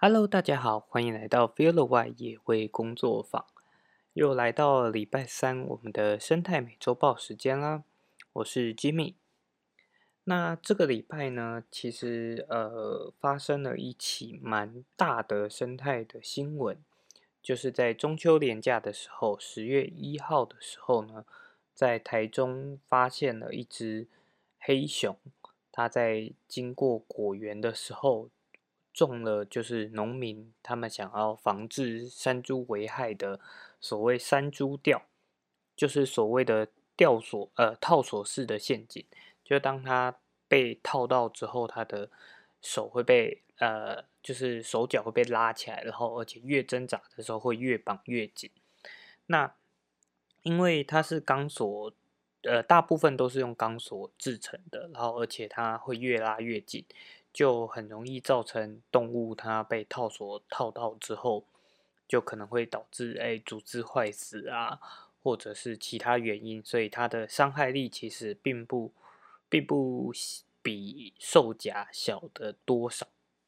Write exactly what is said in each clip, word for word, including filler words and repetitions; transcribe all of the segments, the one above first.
Hello，大家好，欢迎来到 Feel the Wild 野味工作坊。又来到了礼拜三，我们的生态美洲豹时间啦。我是 Jimmy。那这个礼拜呢，其实呃发生了一起蛮大的生态的新闻，就是在中秋连假的时候，十月一号的时候呢，在台中发现了一只黑熊，它在经过果园的时候中了，就是农民他们想要防治山猪危害的所谓山猪吊，就是所谓的吊索呃套索式的陷阱。就当它被套到之后，它的手会被呃，就是手脚会被拉起来，然后而且越挣扎的时候会越绑越紧。那因为它是钢索，呃，大部分都是用钢索制成的，然后而且它会越拉越紧，就很容易造成动物它被套索套到之后，就可能会导致哎组织坏死啊，或者是其他原因，所以它的伤害力其实并不并不比兽夹小的多少。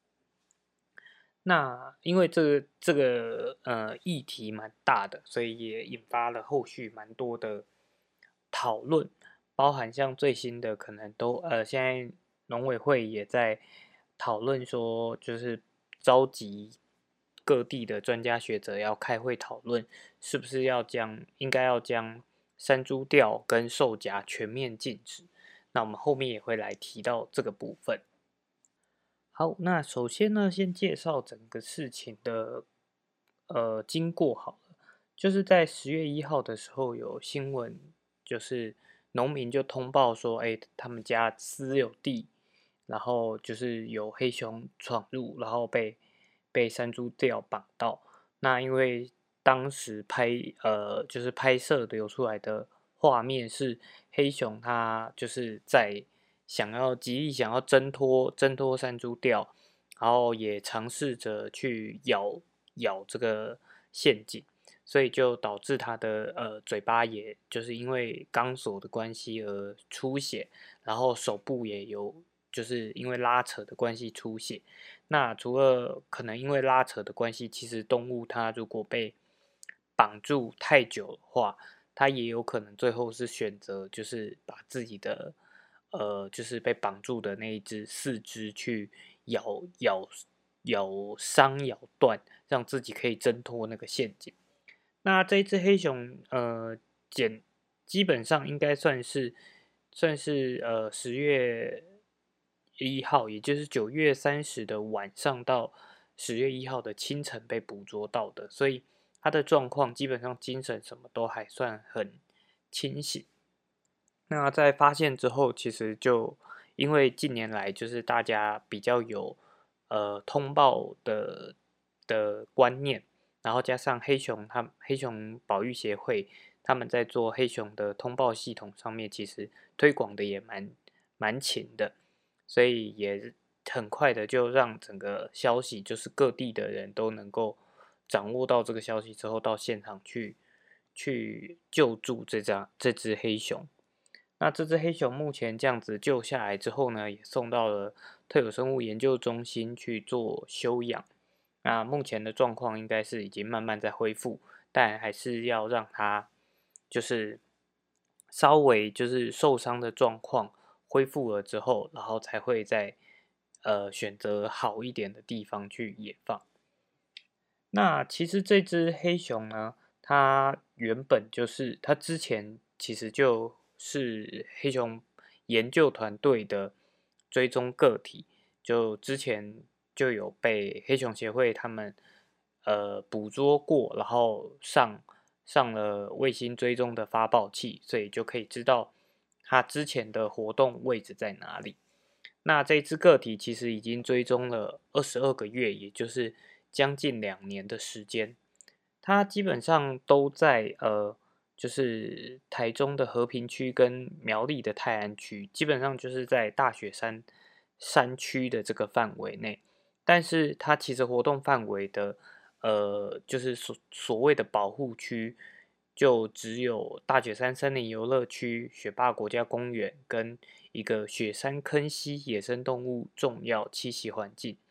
那因为这个这个呃议题蛮大的，所以也引发了后续蛮多的讨论，包含像最新的可能都呃现在农委会也在讨论说，就是召集各地的专家学者要开会讨论，是不是要将应该要将山猪吊跟兽夹全面禁止。那我们后面也会来提到这个部分。好，那首先呢，先介绍整个事情的呃经过好了。就是在十月一号的时候有新闻，就是农民就通报说，哎，他们家私有地，然后就是有黑熊闯入，然后被被山猪吊绑到。那因为当时拍呃就是拍摄流出来的画面是黑熊，它就是在想要极力想要挣脱挣脱山猪吊，然后也尝试着去咬咬这个陷阱，所以就导致它的呃嘴巴也就是因为钢索的关系而出血，然后手部也有就是因为拉扯的关系出血。那除了可能因为拉扯的关系，其实动物它如果被绑住太久的话，它也有可能最后是选择就是把自己的呃，就是被绑住的那一只四肢去咬咬咬伤咬断，让自己可以挣脱那个陷阱。那这一只黑熊，呃，简基本上应该算是算是呃十月一号，也就是九月三十的晚上到十月一号的清晨被捕捉到的，所以它的状况基本上精神什么都还算很清醒。那在发现之后，其实就因为近年来就是大家比较有呃通报的的观念，然后加上黑熊他黑熊保育协会他们在做黑熊的通报系统上面，其实推广的也蛮蛮勤的，所以也很快的就让整个消息就是各地的人都能够掌握到这个消息之后，到现场去去救助这张这只黑熊。那这只黑熊目前这样子救下来之后呢，也送到了特有生物研究中心去做休养。那目前的状况应该是已经慢慢在恢复，但还是要让它就是稍微就是受伤的状况恢复了之后，然后才会在呃选择好一点的地方去野放。那其实这只黑熊呢，它原本就是它之前其实就是黑熊研究团队的追踪个体，就之前就有被黑熊协会他们呃捕捉过，然后上上了卫星追踪的发报器，所以就可以知道它之前的活动位置在哪里。那这只个体其实已经追踪了二十二个月，也就是将近两年的时间。它基本上都在呃，就是台中的和平区跟苗栗的泰安区，基本上就是在大雪山山区的这个范围内。但是它其实活动范围的呃，就是所所谓的保护区，就只有大雪山森林游乐区、雪霸国家公园跟一个雪山坑溪野生动物重要栖息环境。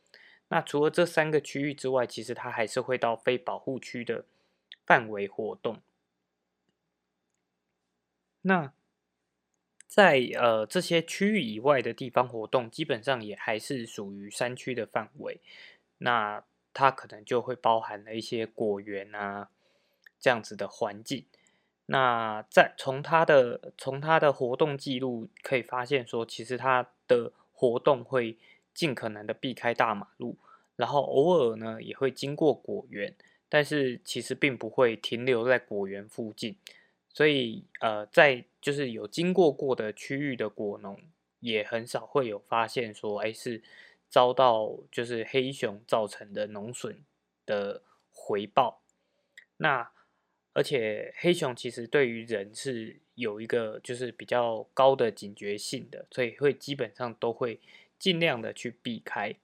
那除了这三个区域之外，其实它还是会到非保护区的范围活动。那在呃这些区域以外的地方活动，基本上也还是属于山区的范围。那它可能就会包含了一些果园啊这样子的环境。那在从它的从它的活动记录可以发现说，其实它的活动会尽可能的避开大马路，然后偶尔呢也会经过果园，但是其实并不会停留在果园附近。所以呃，在就是有经过过的区域的果农，也很少会有发现说，哎，是遭到就是黑熊造成的农损的回报。那而且黑熊其实对于人是有一个就是比较高的警觉性的，所以会基本上都会尽量的去避开。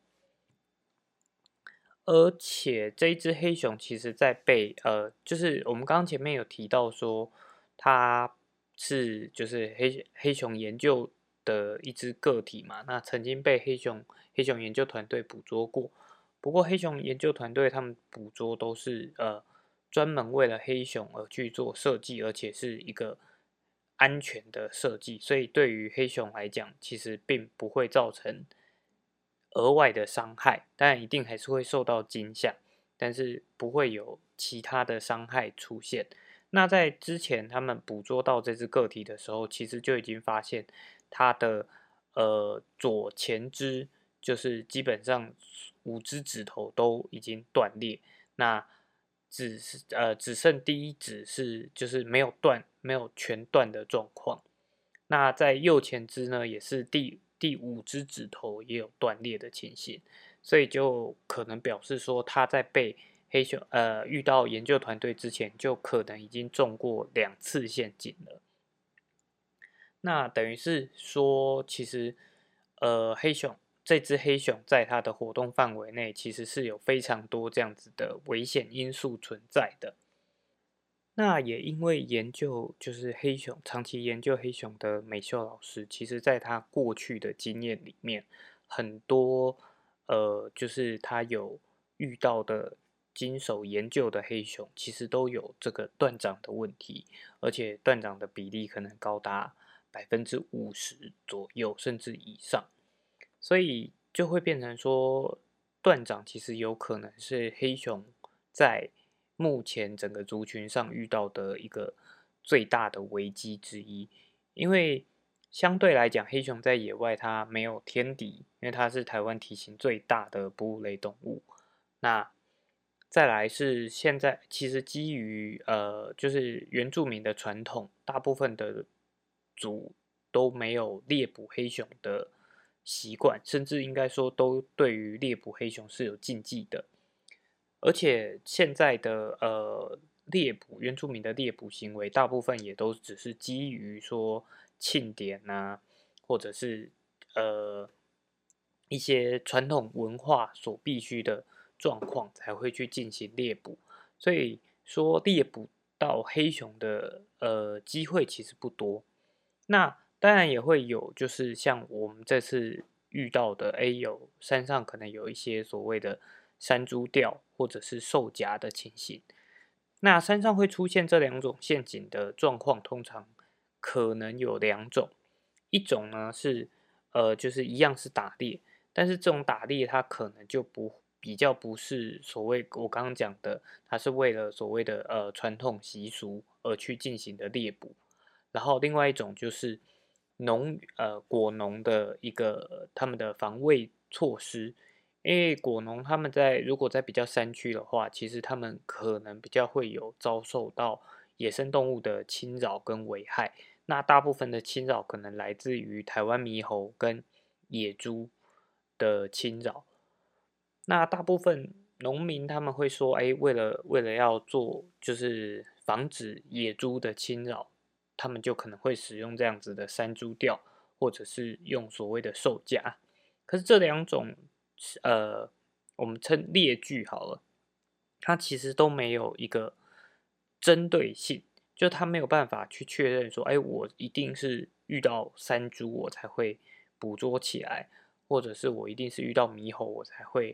而且这一只黑熊其实在被呃，就是我们刚刚前面有提到说，它是就是黑黑熊研究的一只个体嘛，那曾经被黑熊黑熊研究团队捕捉过。不过黑熊研究团队他们捕捉都是呃专门为了黑熊而去做设计，而且是一个安全的设计，所以对于黑熊来讲，其实并不会造成额外的伤害，当然一定还是会受到惊吓，但是不会有其他的伤害出现。那在之前他们捕捉到这只个体的时候，其实就已经发现它的呃左前肢就是基本上五只指头都已经断裂，那只是呃只剩第一指是就是没有断没有全断的状况。那在右前肢呢，也是第第五只指头也有断裂的情形，所以就可能表示说，他在被黑熊呃遇到研究团队之前，就可能已经中过两次陷阱了。那等于是说，其实呃黑熊这只黑熊在它的活动范围内，其实是有非常多这样子的危险因素存在的。那也因为研究就是黑熊，长期研究黑熊的美秀老师，其实在他过去的经验里面，很多呃，就是他有遇到的经手研究的黑熊，其实都有这个断掌的问题，而且断掌的比例可能高达百分之五十左右，甚至以上，所以就会变成说，断掌其实有可能是黑熊在目前整个族群上遇到的一个最大的危机之一，因为相对来讲，黑熊在野外它没有天敌，因为它是台湾体型最大的哺乳类动物。那再来是现在其实基于呃，就是原住民的传统，大部分的族都没有猎捕黑熊的习惯，甚至应该说都对于猎捕黑熊是有禁忌的。而且现在的呃猎捕原住民的猎捕行为，大部分也都只是基于说庆典啊，或者是呃一些传统文化所必须的状况才会去进行猎捕，所以说猎捕到黑熊的呃机会其实不多。那当然也会有，就是像我们这次遇到的，哎，有山上可能有一些所谓的山猪吊或者是兽夹的情形。那山上会出现这两种陷阱的状况，通常可能有两种，一种呢是呃，就是一样是打猎，但是这种打猎它可能就不比较不是所谓我刚刚讲的，它是为了所谓的呃传统习俗而去进行的猎捕。然后另外一种就是农呃果农的一个他们的防卫措施，因为果农他们在如果在比较山区的话，其实他们可能比较会有遭受到野生动物的侵扰跟危害。那大部分的侵扰可能来自于台湾猕猴跟野猪的侵扰。那大部分农民他们会说，哎，为了为了要做就是防止野猪的侵扰，他们就可能会使用这样子的山猪吊，或者是用所谓的兽夹。可是这两种，呃，我们称猎具好了，它其实都没有一个针对性，就它没有办法去确认说，哎，我一定是遇到山猪我才会捕捉起来，或者是我一定是遇到猕猴我才会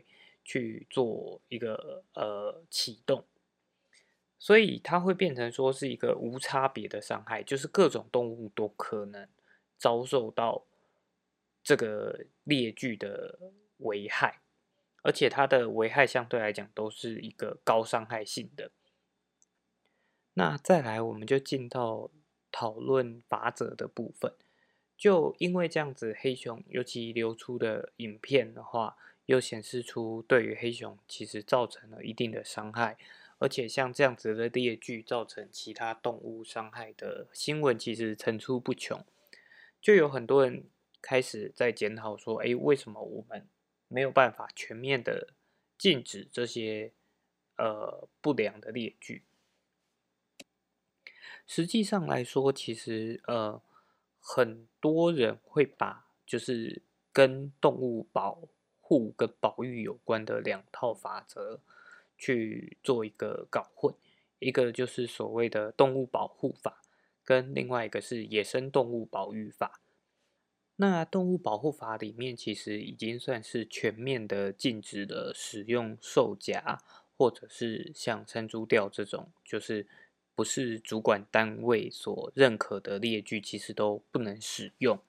去做一个呃启动，所以它会变成说是一个无差别的伤害，就是各种动物都可能遭受到这个猎具的危害，而且它的危害相对来讲都是一个高伤害性的。那再来，我们就进到讨论法则的部分。就因为这样子，黑熊尤其流出的影片的话，又显示出对于黑熊其实造成了一定的伤害，而且像这样子的猎具造成其他动物伤害的新闻，其实层出不穷。就有很多人开始在检讨说，诶，为什么我们没有办法全面的禁止这些呃不良的猎具？实际上来说，其实呃，很多人会把就是跟动物保护跟保育有关的两套法则去做一个搞混，一个就是所谓的动物保护法，跟另外一个是野生动物保育法。那动物保护法里面其实已经算是全面的禁止了使用兽夹，或者是像山猪吊这种，就是不是主管单位所认可的猎具，其实都不能使用。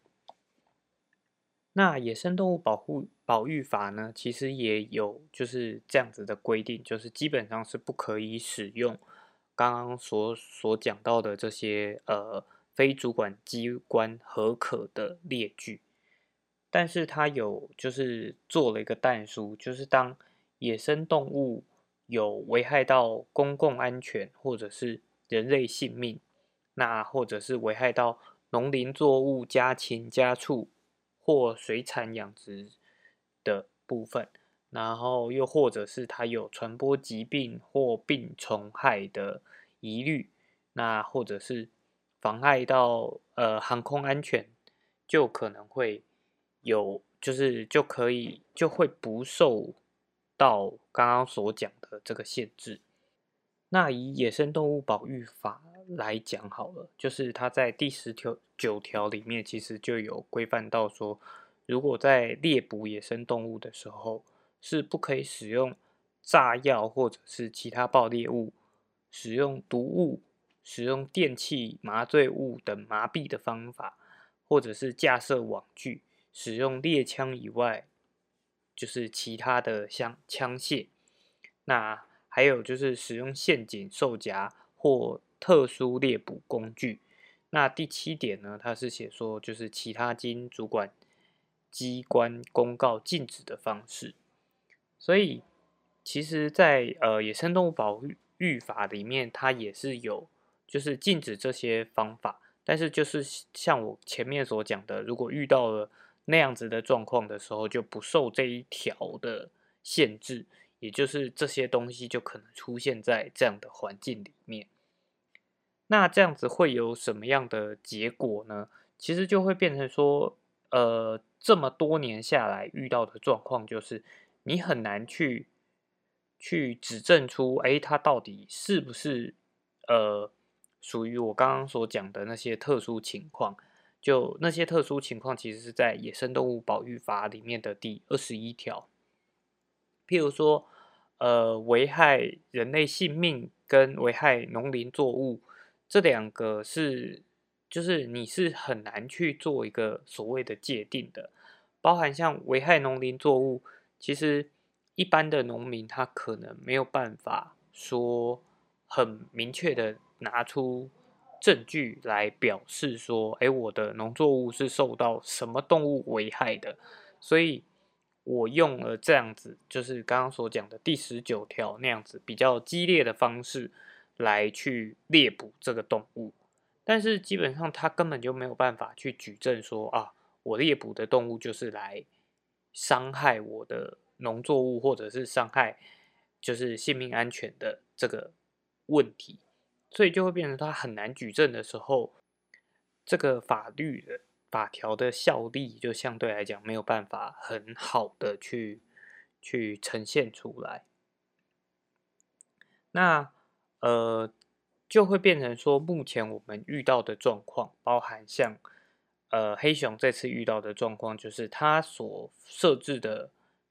那野生动物保护保育法呢，其实也有就是这样子的规定，就是基本上是不可以使用刚刚所所讲到的这些呃非主管机关核可的猎具。但是它有就是做了一个但书，就是当野生动物有危害到公共安全或者是人类性命，那或者是危害到农林作物、家禽、家畜或水产养殖的部分，然后又或者是它有传播疾病或病虫害的疑虑，那或者是妨害到呃航空安全，就可能会有，就是就可以就会不受到刚刚所讲的这个限制。那以野生动物保育法来讲好了，就是它在第十条九条里面，其实就有规范到说，如果在猎捕野生动物的时候，是不可以使用炸药或者是其他爆裂物，使用毒物、使用电器、麻醉物等麻痹的方法，或者是架设网具，使用猎枪以外，就是其他的像枪械。那还有就是使用陷阱、兽夹或特殊猎捕工具。那第七点呢，它是写说就是其他经主管机关公告禁止的方式。所以其实在，呃野生动物保育法里面，它也是有就是禁止这些方法，但是就是像我前面所讲的，如果遇到了那样子的状况的时候，就不受这一条的限制。也就是这些东西就可能出现在这样的环境里面。那这样子会有什么样的结果呢？其实就会变成说，呃，这么多年下来遇到的状况就是，你很难去去指证出，哎，它到底是不是呃属于我刚刚所讲的那些特殊情况。就那些特殊情况，其实是在《野生动物保育法》里面的第二十一条。譬如说，呃，危害人类性命跟危害农林作物这两个是，就是你是很难去做一个所谓的界定的。包含像危害农林作物，其实一般的农民他可能没有办法说很明确的拿出证据来表示说，哎，我的农作物是受到什么动物危害的，所以我用了这样子，就是刚刚所讲的第十九条那样子比较激烈的方式来去猎捕这个动物，但是基本上他根本就没有办法去举证说啊，我猎捕的动物就是来伤害我的农作物，或者是伤害就是性命安全的这个问题，所以就会变成他很难举证的时候，这个法律的法条的效力就相对来讲没有办法很好的去去呈现出来。那呃就会变成说，目前我们遇到的状况，包含像呃黑熊这次遇到的状况，就是它所设置的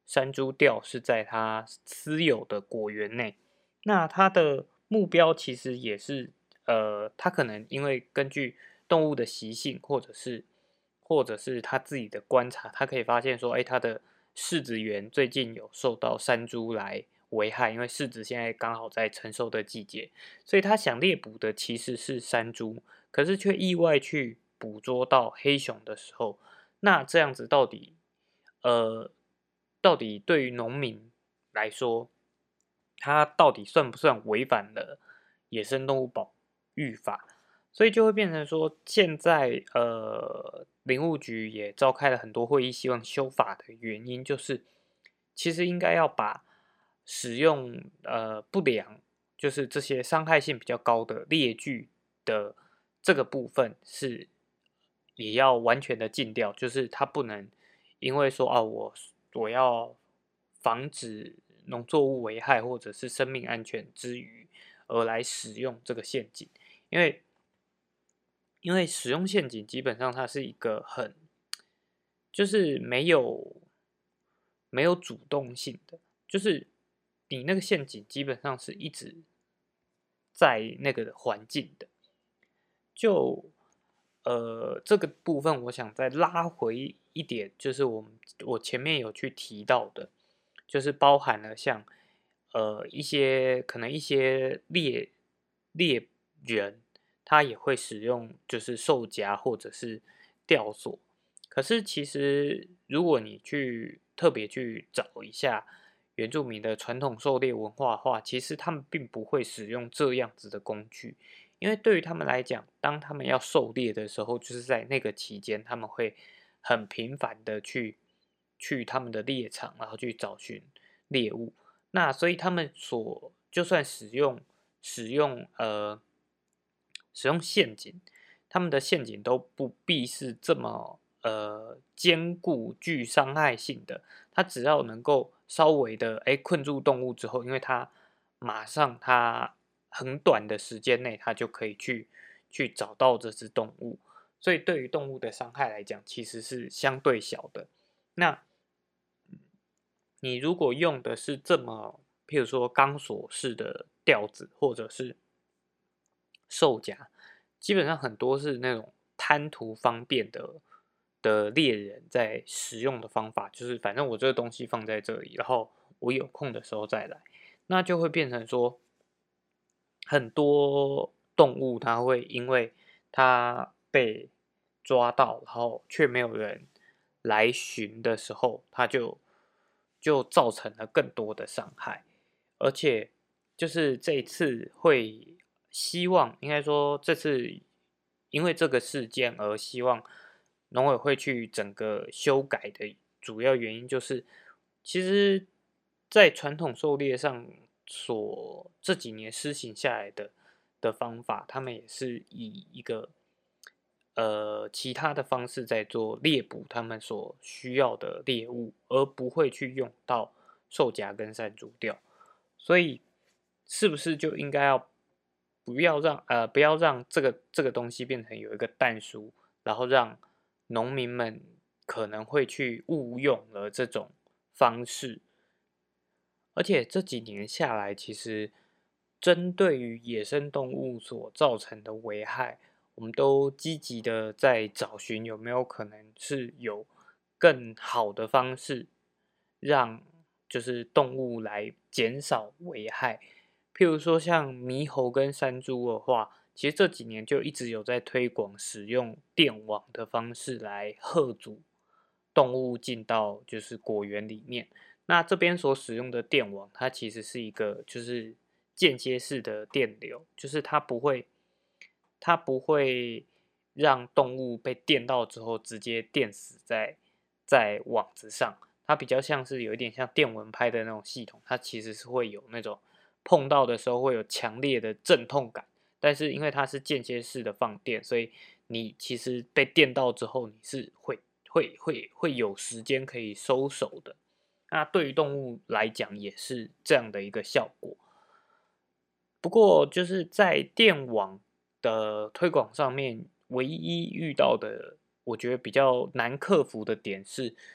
山猪吊是在它私有的果园内。那它的目标其实也是，呃，它可能因为根据动物的习性，或者是或者是他自己的观察，他可以发现说，哎，他的柿子园最近有受到山猪来危害，因为柿子现在刚好在成熟的季节，所以他想猎捕的其实是山猪，可是却意外去捕捉到黑熊的时候，那这样子到底，呃，到底对于农民来说，他到底算不算违反了野生动物保育法？所以就会变成说，现在呃，林务局也召开了很多会议，希望修法的原因就是，其实应该要把使用呃不良，就是这些伤害性比较高的猎具的这个部分是也要完全的禁掉，就是它不能因为说啊，我我要防止农作物危害或者是生命安全之余，而来使用这个陷阱，因为因为使用陷阱基本上它是一个很就是没有没有主动性的，就是你那个陷阱基本上是一直在那个环境的。就呃这个部分，我想再拉回一点，就是我们我前面有去提到的，就是包含了像呃一些可能一些猎猎人，他也会使用就是兽夹或者是吊索。可是其实如果你去特别去找一下原住民的传统狩猎文化的话，其实他们并不会使用这样子的工具。因为对于他们来讲，当他们要狩猎的时候，就是在那个期间，他们会很频繁的去去他们的猎场，然后去找寻猎物。那所以他们所就算使用使用呃使用陷阱，他们的陷阱都不必是这么呃坚固具伤害性的。它只要能够稍微的哎困住动物之后，因为它马上它很短的时间内，它就可以去去找到这只动物，所以对于动物的伤害来讲，其实是相对小的。那你如果用的是这么，譬如说钢索式的吊子，或者是兽夹，基本上很多是那种贪图方便的的猎人在使用的方法，就是反正我这个东西放在这里，然后我有空的时候再来，那就会变成说，很多动物它会因为它被抓到，然后却没有人来寻的时候，它就就造成了更多的伤害，而且就是这一次会希望，应该说这次因为这个事件而希望农委会去整个修改的主要原因就是，其实，在传统狩猎上所这几年施行下来的的方法，他们也是以一个呃其他的方式在做猎捕他们所需要的猎物，而不会去用到兽夹跟山猪吊。所以，是不是就应该要不要让呃不要让这个这个东西变成有一个淡书，然后让农民们可能会去误用了这种方式，而且这几年下来，其实针对于野生动物所造成的危害，我们都积极的在找寻有没有可能是有更好的方式，让就是动物来减少危害。譬如说像猕猴跟山猪的话，其实这几年就一直有在推广使用电网的方式来吓阻动物进到就是果园里面。那这边所使用的电网，它其实是一个就是间接式的电流，就是它不会，它不会让动物被电到之后直接电死在在网子上，它比较像是有一点像电蚊拍的那种系统，它其实是会有那种碰到的时候会有强烈的阵痛感，但是因为它是间接式的放电，所以你其实被电到之后，你是会会会会有时间可以收手的。那对于动物来讲也是这样的一个效果。不过就是在电网的推广上面，唯一遇到的我觉得比较难克服的点是，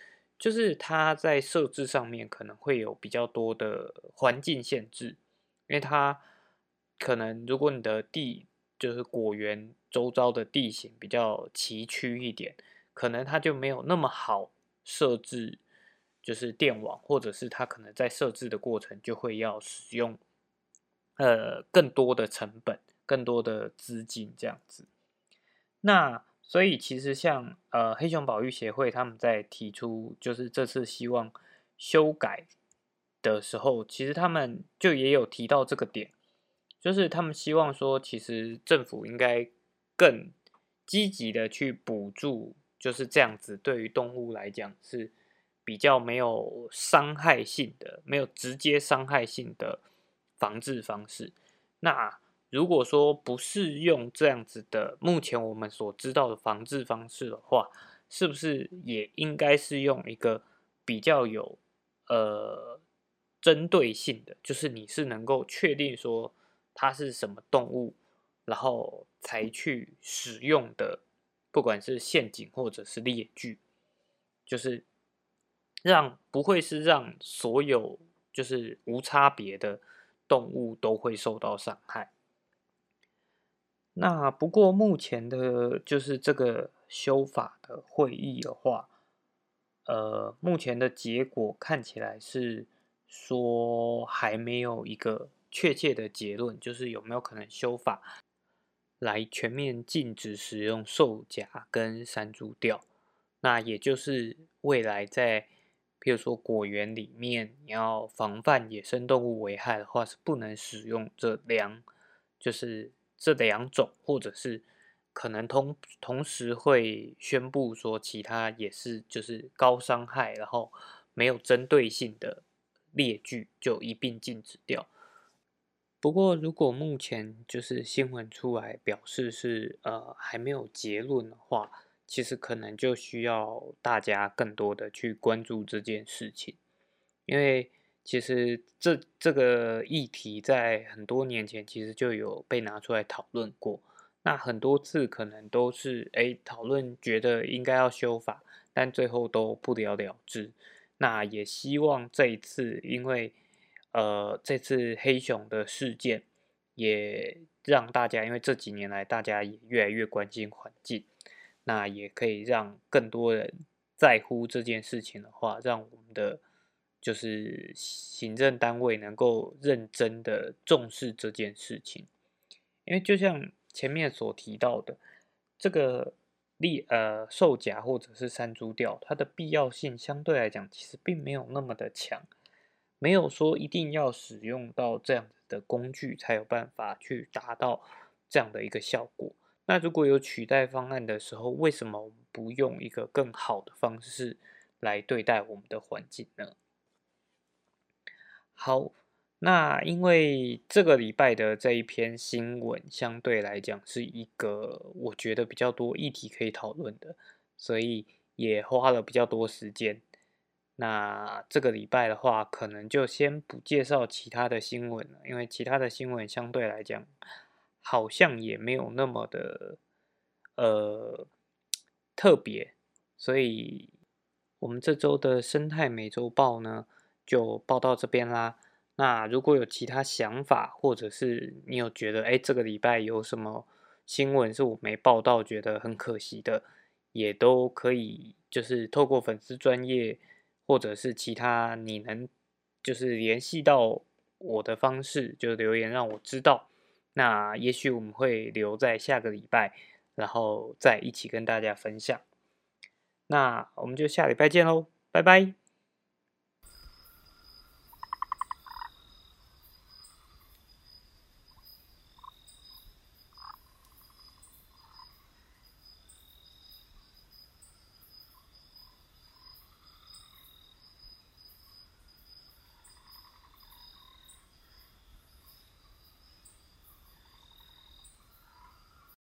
就是它在设置上面可能会有比较多的环境限制，因为它可能如果你的地就是果园周遭的地形比较崎岖一点，可能它就没有那么好设置，就是电网，或者是它可能在设置的过程就会要使用呃更多的成本、更多的资金这样子。那所以其实像呃黑熊保育协会他们在提出就是这次希望修改的时候，其实他们就也有提到这个点，就是他们希望说，其实政府应该更积极的去补助，就是这样子对于动物来讲是比较没有伤害性的，没有直接伤害性的防治方式。那如果说不是用这样子的，目前我们所知道的防治方式的话，是不是也应该是用一个比较有呃针对性的，就是你是能够确定说它是什么动物，然后才去使用的，不管是陷阱或者是猎具，就是让不会是让所有就是无差别的动物都会受到伤害。那不过目前的，就是这个修法的会议的话，呃，目前的结果看起来是说还没有一个确切的结论，就是有没有可能修法来全面禁止使用兽夹跟山猪吊。那也就是未来在，譬如说果园里面，你要防范野生动物危害的话，是不能使用这两，就是这两种，或者是可能同同时会宣布说其他也是就是高伤害，然后没有针对性的列具就一并禁止掉。不过，如果目前就是新闻出来表示是呃还没有结论的话，其实可能就需要大家更多的去关注这件事情，因为其实这这个议题在很多年前其实就有被拿出来讨论过，那很多次可能都是哎讨论觉得应该要修法，但最后都不了了之。那也希望这一次，因为呃，这次黑熊的事件也让大家，因为这几年来大家也越来越关心环境，那也可以让更多人在乎这件事情的话，让我们的就是行政单位能够认真的重视这件事情。因为就像前面所提到的，这个立呃兽夹或者是山猪吊，它的必要性相对来讲其实并没有那么的强，没有说一定要使用到这样子的工具才有办法去达到这样的一个效果。那如果有取代方案的时候，为什么我们不用一个更好的方式来对待我们的环境呢？好，那因为这个礼拜的这一篇新闻相对来讲是一个我觉得比较多议题可以讨论的，所以也花了比较多时间。那这个礼拜的话，可能就先不介绍其他的新闻了，因为其他的新闻相对来讲好像也没有那么的呃特别，所以我们这周的生态美洲豹呢就报到这边啦。那如果有其他想法，或者是你有觉得，哎，这个礼拜有什么新闻是我没报到，觉得很可惜的，也都可以，就是透过粉丝专业，或者是其他你能就是联系到我的方式，就留言让我知道。那也许我们会留在下个礼拜，然后再一起跟大家分享。那我们就下礼拜见喽，拜拜。